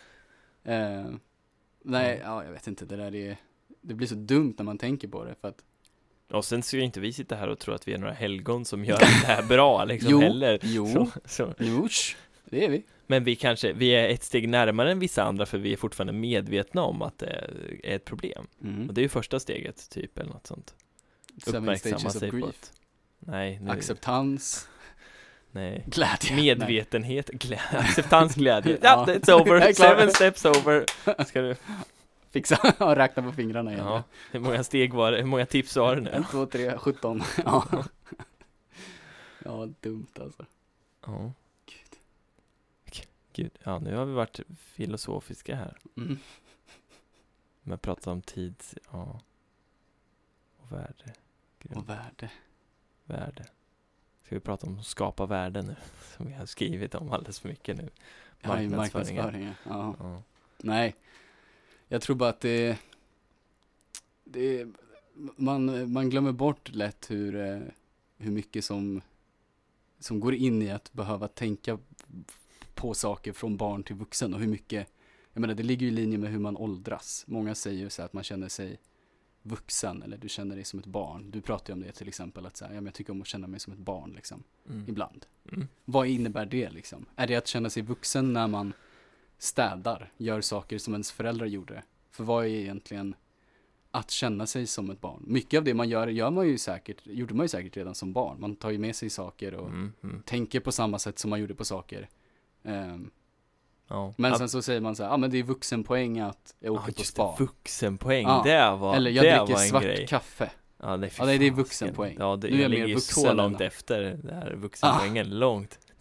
Eh, nej, ja, jag vet inte. Det där är, det blir så dumt när man tänker på det, för att Och sen ska ju inte vi sitta här och tro att vi är några helgon som gör det här bra liksom jo, heller. Jo, så, så. jo, det är vi. Men vi kanske, vi är ett steg närmare än vissa andra, för vi är fortfarande medvetna om att det är ett problem. Mm. Och det är ju första steget, typ, eller något sånt. Seven stages of grief. Ett. Nej, nu. Acceptans. Nej. Glädje. Medvetenhet, glädje. Acceptans, glädje. Ja. Ja, it's over. Seven steps over. Ska du fixa och räkna på fingrarna igen. Ja. Hur många steg var det? Hur många tips var det nu? En, två, tre, sjutton. Ja. Ja, dumt alltså. Ja. Gud. Gud. Ja, nu har vi varit filosofiska här. Mm. Men pratat om tid, ja. Och värde. Grund. Och värde. Värde. Ska vi prata om att skapa värde nu? Som vi har skrivit om alldeles för mycket nu. Ja, i marknadsföringen. Ja. Ja. Nej. Jag tror bara att det, det man, man glömmer bort lätt hur, hur mycket som, som går in i att behöva tänka på saker från barn till vuxen, och hur mycket, jag menar, det ligger i linje med hur man åldras. Många säger ju så att man känner sig vuxen, eller du känner dig som ett barn. Du pratar ju om det till exempel, att så här, ja, men jag tycker om att känna mig som ett barn liksom, Mm. ibland. Mm. Vad innebär det liksom? Är det att känna sig vuxen när man städar, gör saker som ens föräldrar gjorde? För vad är egentligen att känna sig som ett barn? Mycket av det man gör, gör man ju säkert, gjorde man ju säkert redan som barn. Man tar ju med sig saker och Mm. Mm. tänker på samma sätt som man gjorde på saker. Um, Ja. men Ja. sen så säger man så här, ja ah, men det är vuxenpoäng att jag åker Ja, på just spa. det, vuxenpoäng, Ja. det var, Eller jag det dricker var en svart grej. kaffe. Ja, det är, Ja, det är fasiken. vuxenpoäng. Ja, det, Nu är jag jag mer ligger ju vuxen så än- långt efter det här vuxenpoängen, långt.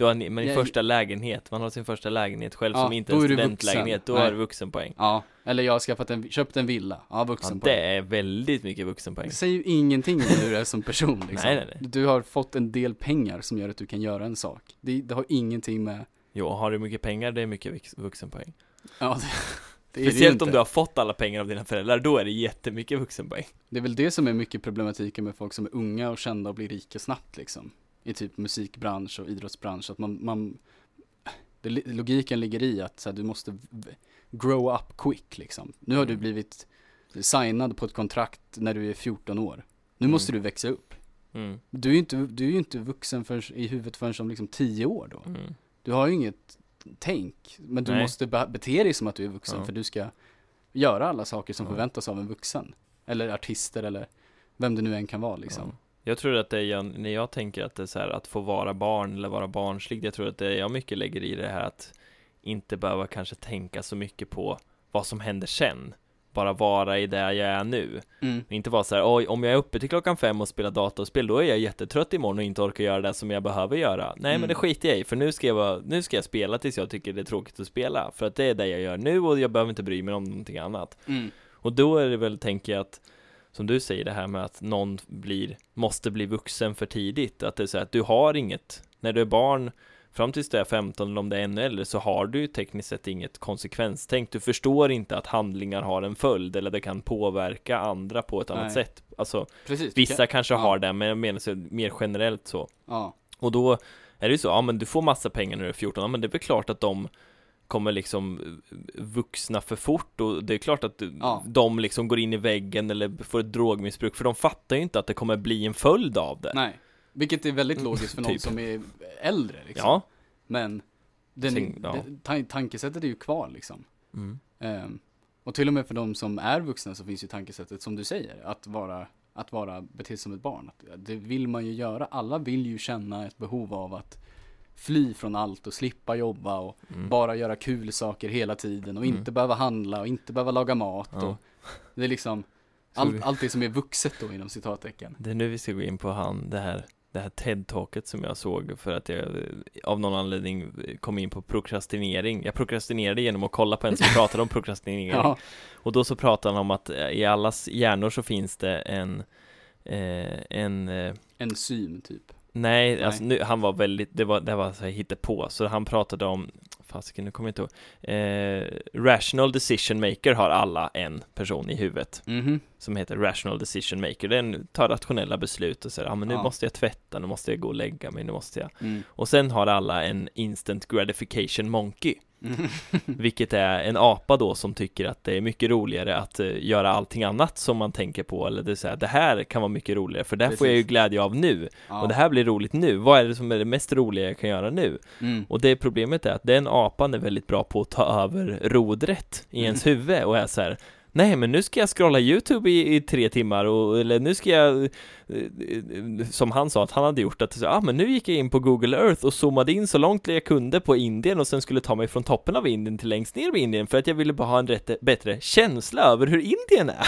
Du har, men i Jag- första lägenhet, man har sin första lägenhet själv Ja, som inte då en är du studentlägenhet, vuxen. då Nej. är du vuxenpoäng. Ja, eller jag har skaffat en, köpt en villa. Ja, Ja, vuxenpoäng. det är väldigt mycket vuxenpoäng. Det säger ju ingenting om hur du är som person liksom. Nej, nej, nej. Du har fått en del pengar som gör att du kan göra en sak. Det, det har ingenting med... Jo, har du mycket pengar, det är mycket vux- vuxenpoäng. Ja, det, det är det ju Speciellt inte. om du har fått alla pengar av dina föräldrar, då är det jättemycket vuxenpoäng. Det är väl det som är mycket problematiken med folk som är unga och kända och blir rika snabbt liksom. I typ musikbransch och idrottsbransch. Att man, man det, logiken ligger i att så här, du måste v- grow up quick liksom. Nu har du Mm. blivit signad på ett kontrakt när du är fjorton år. Nu Mm. måste du växa upp. Mm. Du är ju inte, du är ju inte vuxen för, i huvudet förrän som liksom tio år då. Mm. Du har ju inget tänk, men du Nej. måste be- bete dig som att du är vuxen Ja. för du ska göra alla saker som Ja. förväntas av en vuxen. Eller artister eller vem det nu än kan vara liksom. Ja. Jag tror att det är, jag- när jag tänker att det är så här, att få vara barn eller vara barnslig, jag tror att det är, jag mycket lägger i det här att inte behöva kanske tänka så mycket på vad som händer sen. Bara vara i det jag är nu. Mm. Inte vara så här, oj, om jag är uppe till klockan fem och spelar datorspel, då är jag jättetrött imorgon och inte orkar göra det som jag behöver göra. Nej, Mm. men det skiter jag i, för nu ska jag, vara, nu ska jag spela tills jag tycker det är tråkigt att spela. För att det är det jag gör nu och jag behöver inte bry mig om någonting annat. Mm. Och då är det väl, tänker jag, att som du säger, det här med att någon blir, måste bli vuxen för tidigt. Att det är så här, att du har inget, när du är barn, fram tills du är femton eller om det är ännu äldre, så har du ju tekniskt sett inget konsekvenstänk. Du förstår inte att handlingar har en följd eller det kan påverka andra på ett annat Nej. sätt. Alltså, Precis. vissa Kan- kanske ja. har det, men jag menar så mer generellt så. Ja. Och då är det ju så, ja men du får massa pengar när du är fjorton, ja men det är väl klart att de kommer liksom vuxna för fort och det är klart att du, Ja. de liksom går in i väggen eller får ett drogmissbruk, för de fattar ju inte att det kommer bli en följd av det. Nej. Vilket är väldigt logiskt för någon Typ. som är äldre liksom. Ja. Men den, Tänk- ja. det, tan- tankesättet är ju kvar liksom. Mm. Ehm, och till och med för de som är vuxna så finns ju tankesättet som du säger, att vara, att vara bete sig som ett barn. Att, det vill man ju göra. Alla vill ju känna ett behov av att fly från allt och slippa jobba och Mm. bara göra kul saker hela tiden och Mm. inte behöva handla och inte behöva laga mat. Ja. Och det är liksom Så allt, vi- allt det som är vuxet då inom citattecken. Det är nu vi ska gå in på han, det här, det här TED-talket som jag såg för att jag eh, av någon anledning kom in på prokrastinering. Jag prokrastinerade genom att kolla på en som pratade om prokrastinering. Ja, Och då så pratar han om att eh, i allas hjärnor så finns det en, eh, en eh, enzym typ. nej, Nej. alltså nu, han var väldigt, det var, det var så här hittepå, så han pratade om, fasiken, nu kommer jag inte ihåg, eh, rational decision maker har alla en person i huvudet Mhm. som heter rational decision maker. Den tar rationella beslut och säger, ja ah, men nu Ja. måste jag tvätta, nu måste jag gå och lägga mig, nu måste jag. Mm. Och sen har alla en instant gratification monkey, Mhm. vilket är en apa då som tycker att det är mycket roligare att uh, göra allting annat som man tänker på, eller det är så här, det här kan vara mycket roligare för det här får jag ju Precis. glädje av nu, Ja. och det här blir roligt nu. Vad är det som är det mest roliga jag kan göra nu? Mm. Och det problemet är att den apan är väldigt bra på att ta över rodret i Mm. ens huvud och är så här: nej men nu ska jag scrolla YouTube i, i tre timmar och, eller nu ska jag, eh, som han sa att han hade gjort, att så, ah, men nu gick jag in på Google Earth och zoomade in så långt jag kunde på Indien och sen skulle ta mig från toppen av Indien till längst ner vid Indien för att jag ville bara ha en rätt, bättre känsla över hur Indien är.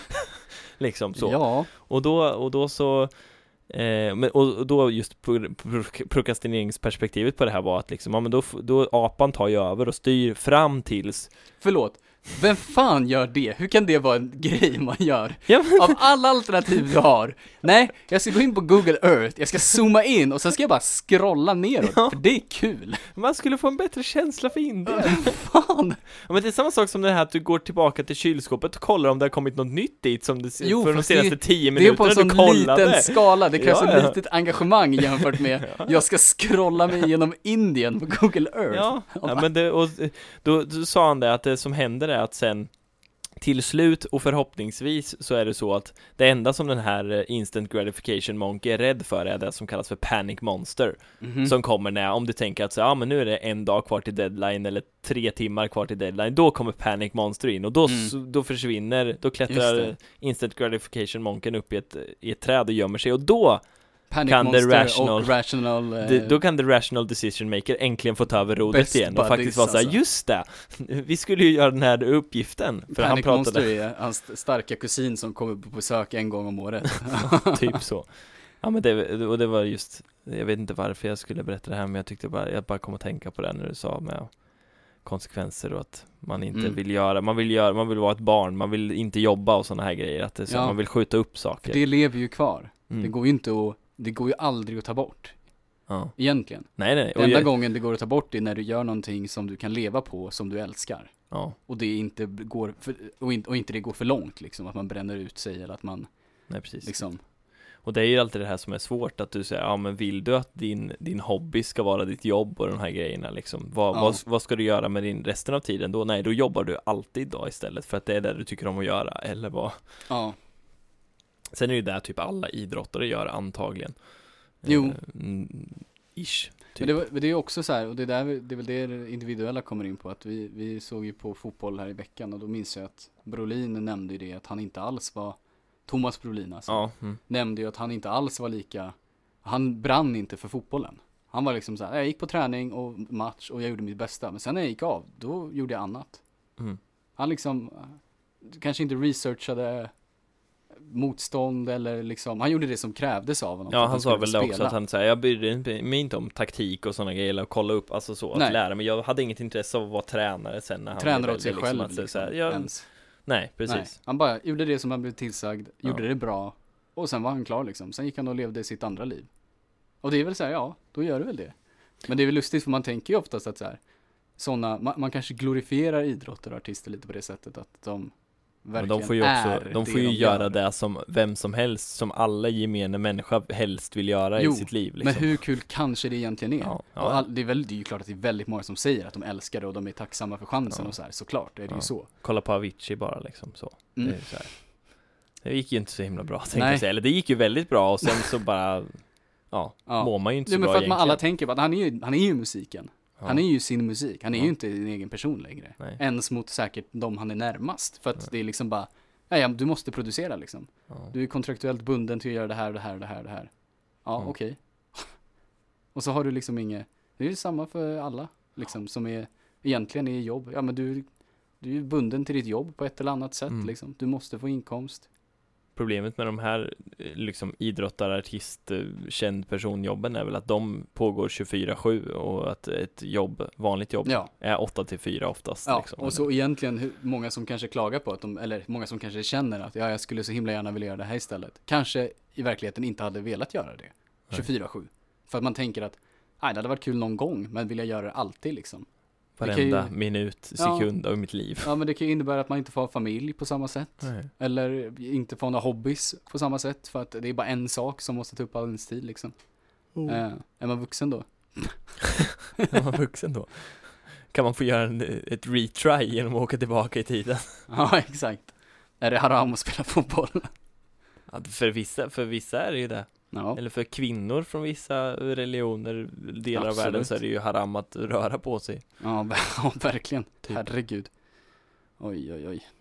Liksom så. Ja. Och då, och då så eh, men, och, och då just pro, pro, prokrastineringsperspektivet på det här var att liksom, ja, men då, f- då apan tar ju över och styr fram tills Förlåt. Vem fan gör det? Hur kan det vara en grej man gör? ja, men, Av alla alternativ du har. Nej, jag ska gå in på Google Earth, jag ska zooma in och sen ska jag bara scrolla neråt, Ja. för det är kul. man skulle få en bättre känsla för Indien. Fan. Ja, men det är samma sak som det här att du går tillbaka till kylskåpet och kollar om det har kommit något nytt dit som det, Jo, för de fast senaste det- tio Det är på en minuterna sån du kollade. liten skala, det krävs Ja, så ja. litet engagemang jämfört med jag ska scrolla mig genom Indien på Google Earth. Ja, ja men det, och då, då sa han det att det som händer är att sen till slut och förhoppningsvis så är det så att det enda som den här instant gratification monkey är rädd för är det som kallas för panic monster, Mhm. som kommer när, om du tänker att så, ja men nu är det en dag kvar till deadline eller tre timmar kvar till deadline, då kommer panic monster in och då, Mm. så, då försvinner, då Just klättrar det. instant gratification monken upp i ett, i ett träd och gömmer sig och då Panic kan det Monster rational- och rational eh, Det, då kan the rational decision maker äntligen få ta över rodret Best igen och faktiskt buddies, vara såhär, alltså. just det, vi skulle ju göra den här uppgiften, för han Panic Monster pratade är hans starka kusin som kommer på besök en gång om året. typ så. Ja, men det, och det var just, jag vet inte varför jag skulle berätta det här, men jag tyckte bara, jag bara kom att tänka på det när du sa med konsekvenser och att man inte Mm. vill göra, man vill göra, man vill vara ett barn, man vill inte jobba och sådana här grejer, att det är så, Ja. man vill skjuta upp saker. För det lever ju kvar. Mm. Det går ju inte att, det går ju aldrig att ta bort. Ja. Egentligen. Nej, nej. Den Och enda jag, gången det går att ta bort är när du gör någonting som du kan leva på, som du älskar. ja, Och det inte går för, och, inte, och inte det går för långt liksom, att man bränner ut sig eller att man nej, precis. liksom. Och det är ju alltid det här som är svårt, att du säger, ja men vill du att din, din hobby ska vara ditt jobb och de här grejerna liksom, vad, Ja. vad, vad ska du göra med din resten av tiden då? Nej, då jobbar du alltid då istället, för att det är det du tycker om att göra, eller vad? Ja. Sen är det ju där typ alla idrottare gör antagligen. Jo. Eh, mm, ish. Typ. Men det, var, men det är ju också så här, och det, där, det är väl det det individuella kommer in på, att vi, vi såg ju på fotboll här i veckan och då minns jag att Brolin nämnde ju det, att han inte alls var, Thomas Brolin alltså, Ja. Mm. nämnde ju att han inte alls var lika, han brann inte för fotbollen. Han var liksom så här, jag gick på träning och match och jag gjorde mitt bästa, men sen när jag gick av, då gjorde jag annat. Mm. Han liksom kanske inte researchade motstånd eller liksom, han gjorde det som krävdes av honom. för Ja, att han sa skulle väl det spela. också, att han säger, jag brydde mig inte om taktik och sådana grejer, eller att kolla upp, alltså så, att Nej. lära mig. Jag hade inget intresse av att vara tränare sen när han Tränare blev åt sig liksom, själv att, så, liksom, så här, jag, ens. nej, precis. Nej, han bara gjorde det som han blev tillsagd, gjorde Ja. det bra och sen var han klar liksom. Sen gick han och levde sitt andra liv. Och det är väl så här, ja, då gör du väl det. Men det är väl lustigt, för man tänker ju oftast att så här, såna, man, man kanske glorifierar idrottare och artister lite på det sättet att de Men verkligen de får ju också, är de det får ju de göra gör. det som vem som helst, som alla gemene människa helst vill göra Jo, i sitt liv liksom. Men hur kul kanske det egentligen är? Ja, ja. Och all, det, är väl, det är ju klart att det är väldigt många som säger att de älskar det och de är tacksamma för chansen Ja. och så här, såklart är det Ja. ju så. Kolla på Avicii bara liksom så. Mm. Det, är ju så här. Det gick ju inte så himla bra, tänkte Nej. jag säga. Eller det gick ju väldigt bra och sen så bara, ja, Ja. mår man ju inte så Jo, men bra för att man alla egentligen. tänker på att han är ju, han är ju musiken. Ja. Han är ju sin musik. Han är Ja. ju inte en egen person längre. Nej. Ens mot säkert de han är närmast. För att Nej. det är liksom bara, nej, ja, du måste producera liksom. Ja. Du är kontraktuellt bunden till att göra det här, det här, det här, det här. Ja, Mm. okej. Och så har du liksom inget, det är ju samma för alla liksom, som är, egentligen är i jobb. Ja, men du, du är bunden till ditt jobb på ett eller annat sätt Mm. liksom. Du måste få inkomst. Problemet med de här eh, liksom idrottare, artist, eh, känd personjobben är väl att de pågår tjugofyra sju och att ett jobb, vanligt jobb, Ja. är åtta till fyra oftast. Ja, liksom. och så egentligen hur, många som kanske klagar på att de, eller många som kanske känner att ja, jag skulle så himla gärna vilja göra det här istället. Kanske i verkligheten inte hade velat göra det. tjugofyra sju. För att man tänker att, nej, det hade varit kul någon gång, men vill jag göra det alltid liksom. Varenda kan ju- minut, Ja. sekund av mitt liv. Ja, men det kan ju innebära att man inte får ha familj på samma sätt. Nej. Eller inte får några hobbys på samma sätt. För att det är bara en sak som måste ta upp all ens tid liksom. Oh. Eh, är man vuxen då? När man är vuxen då. Kan man få göra en, ett retry genom att åka tillbaka i tiden? Ja, exakt. Är det haram att spela fotboll? Ja, för, vissa, för vissa är det ju det. Ja. Eller för kvinnor från vissa religioner, delar av Absolut. världen, så är det ju haram att röra på sig. Ja, ver- ja, verkligen. Typ. Herregud. Oj, oj, oj.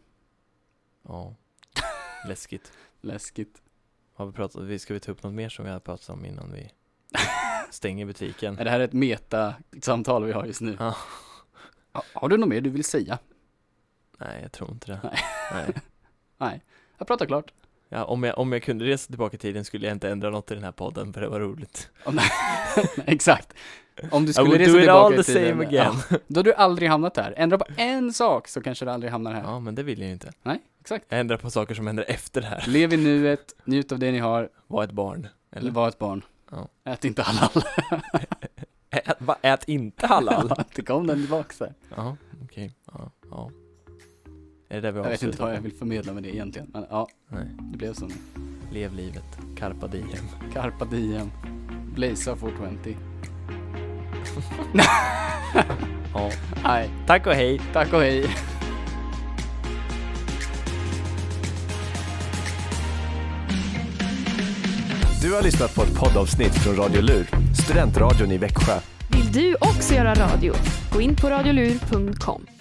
Ja, läskigt. Läskigt. Har vi pratat, vi ska vi ta upp något mer som vi har pratat om innan vi stänger butiken? Är det här ett meta-samtal vi har just nu? Ja. Ja, har du något mer du vill säga? Nej, jag tror inte det. Nej. Nej. Nej, jag pratar klart. Ja, om, jag, om jag kunde resa tillbaka i tiden skulle jag inte ändra något i den här podden, för det var roligt. Om, exakt. Om du I skulle would resa do it tillbaka all i the tiden, same again. ja, då har du aldrig hamnat här. Ändra på en sak så kanske du aldrig hamnar här. Ja, men det vill jag ju inte. Nej, exakt. Jag ändrar på saker som händer efter det här. Lev i nuet, njut av det ni har, Var ett barn. eller Eller? var ett barn. Ja. Ät inte halal. Ät, va, ät inte halal. Ja, det kom den tillbaka där. Ja, okej. Ja, ja. Är det där vi Jag vet inte avslutar vad jag på? vill förmedla med det egentligen. Men ja, Nej. det blev så nu. Lev livet. Carpa diem. Carpa diem. Blaza four twenty. Ja. Nej, Tack och hej. tack och hej. Du har lyssnat på ett poddavsnitt från Radio Lur, studentradion i Växjö. Vill du också göra radio? Gå in på radiolur punkt com.